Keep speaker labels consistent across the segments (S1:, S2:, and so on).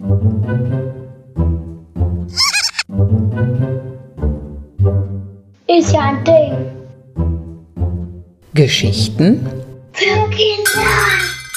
S1: Ist ja ein Ding.
S2: Geschichten
S1: Für Kinder.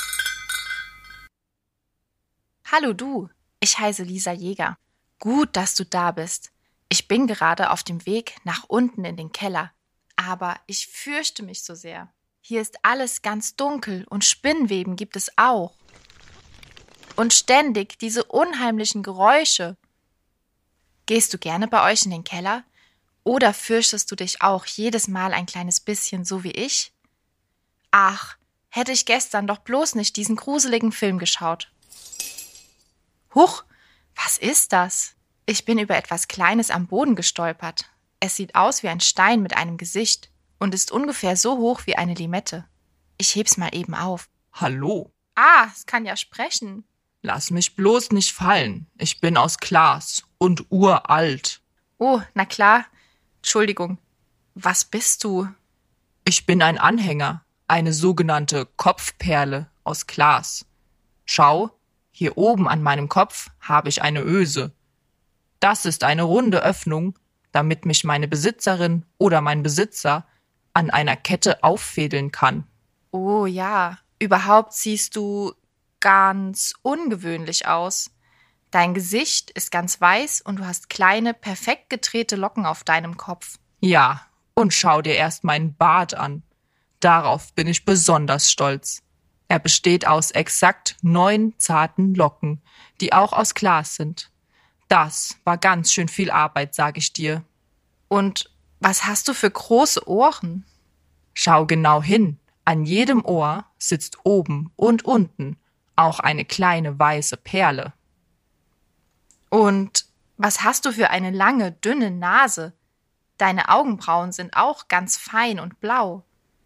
S3: Hallo du, ich heiße Lisa Jäger. Gut, dass du da bist. Ich bin gerade auf dem Weg nach unten in den Keller. Aber ich fürchte mich so sehr. Hier ist alles ganz dunkel und Spinnweben gibt es auch. Und ständig diese unheimlichen Geräusche. Gehst du gerne bei euch in den Keller? Oder fürchtest du dich auch jedes Mal ein kleines bisschen so wie ich? Ach, hätte ich gestern doch bloß nicht diesen gruseligen Film geschaut. Huch, was ist das? Ich bin über etwas Kleines am Boden gestolpert. Es sieht aus wie ein Stein mit einem Gesicht und ist ungefähr so hoch wie eine Limette. Ich heb's mal eben auf.
S4: Hallo,
S3: Ah, es kann ja sprechen.
S4: lass mich bloß nicht fallen. Ich bin aus Glas und uralt.
S3: Oh, na klar. Entschuldigung. Was bist du?
S4: Ich bin ein Anhänger, eine sogenannte Kopfperle aus Glas. Schau, hier oben an meinem Kopf habe ich eine Öse. Das ist eine runde Öffnung, damit mich meine Besitzerin oder mein Besitzer an einer Kette auffädeln kann.
S3: Oh ja, überhaupt siehst du ganz ungewöhnlich aus. Dein Gesicht ist ganz weiß und du hast kleine, perfekt gedrehte Locken auf deinem Kopf.
S4: Ja, und schau dir erst meinen Bart an. Darauf bin ich besonders stolz. Er besteht aus exakt 9 zarten Locken, die auch aus Glas sind. Das war ganz schön viel Arbeit, sag ich dir.
S3: Und was hast du für große Ohren?
S4: Schau genau hin. An jedem Ohr sitzt oben und unten auch eine kleine weiße Perle.
S3: Und was hast du für eine lange, dünne Nase? Deine Augenbrauen sind auch ganz fein und blau.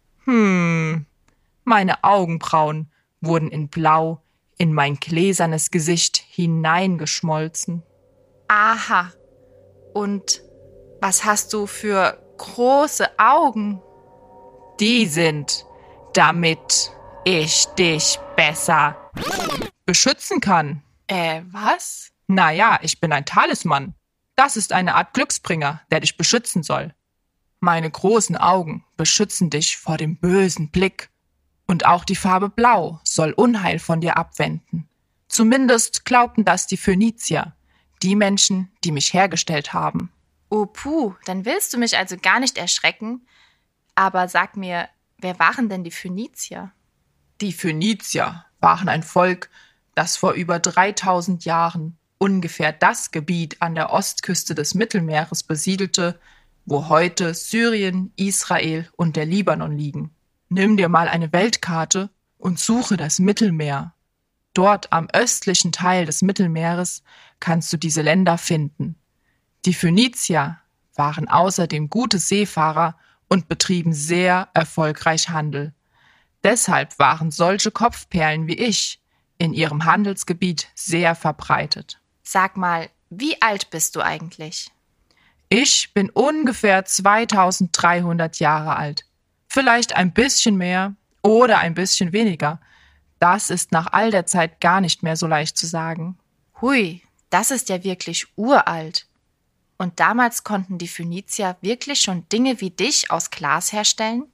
S4: Meine Augenbrauen wurden in Blau in mein gläsernes Gesicht hineingeschmolzen.
S3: Aha. Und was hast du für große Augen?
S4: Die sind, damit ich dich besser beschützen kann.
S3: Was?
S4: Naja, ich bin ein Talisman. Das ist eine Art Glücksbringer, der dich beschützen soll. Meine großen Augen beschützen dich vor dem bösen Blick. Und auch die Farbe Blau soll Unheil von dir abwenden. Zumindest glaubten das die Phönizier, die Menschen, die mich hergestellt haben.
S3: Oh puh, dann willst du mich also gar nicht erschrecken. Aber sag mir, wer waren denn die Phönizier?
S4: Die Phönizier waren ein Volk, das vor über 3000 Jahren ungefähr das Gebiet an der Ostküste des Mittelmeeres besiedelte, wo heute Syrien, Israel und der Libanon liegen. Nimm dir mal eine Weltkarte und suche das Mittelmeer. Dort am östlichen Teil des Mittelmeeres kannst du diese Länder finden. Die Phönizier waren außerdem gute Seefahrer und betrieben sehr erfolgreich Handel. Deshalb waren solche Kopfperlen wie ich in ihrem Handelsgebiet sehr verbreitet.
S3: Sag mal, wie alt bist du eigentlich?
S4: Ich bin ungefähr 2300 Jahre alt. Vielleicht ein bisschen mehr oder ein bisschen weniger. Das ist nach all der Zeit gar nicht mehr so leicht zu sagen.
S3: Hui, das ist ja wirklich uralt. Und damals konnten die Phönizier wirklich schon Dinge wie dich aus Glas herstellen?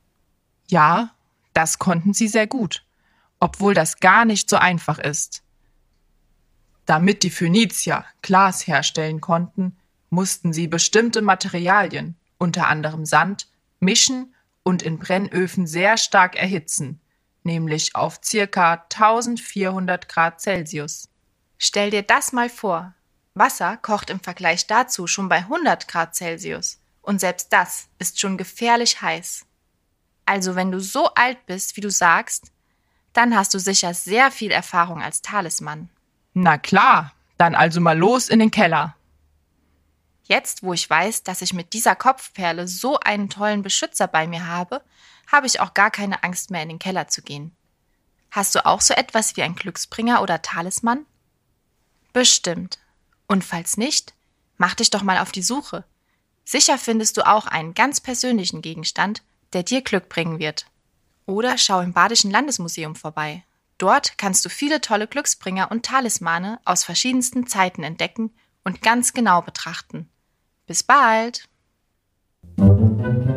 S4: Ja, das konnten sie sehr gut, obwohl das gar nicht so einfach ist. Damit die Phönizier Glas herstellen konnten, mussten sie bestimmte Materialien, unter anderem Sand, mischen und in Brennöfen sehr stark erhitzen, nämlich auf ca. 1400 Grad Celsius.
S3: Stell dir das mal vor. Wasser kocht im Vergleich dazu schon bei 100 Grad Celsius. Und selbst das ist schon gefährlich heiß. Also wenn du so alt bist, wie du sagst, dann hast du sicher sehr viel Erfahrung als Talisman.
S4: Na klar, dann also mal los in den Keller.
S3: Jetzt, wo ich weiß, dass ich mit dieser Kopfperle so einen tollen Beschützer bei mir habe, habe ich auch gar keine Angst mehr, in den Keller zu gehen. Hast du auch so etwas wie ein Glücksbringer oder Talisman? Bestimmt. Und falls nicht, mach dich doch mal auf die Suche. Sicher findest du auch einen ganz persönlichen Gegenstand, der dir Glück bringen wird. Oder schau im Badischen Landesmuseum vorbei. Dort kannst du viele tolle Glücksbringer und Talismane aus verschiedensten Zeiten entdecken und ganz genau betrachten. Bis bald!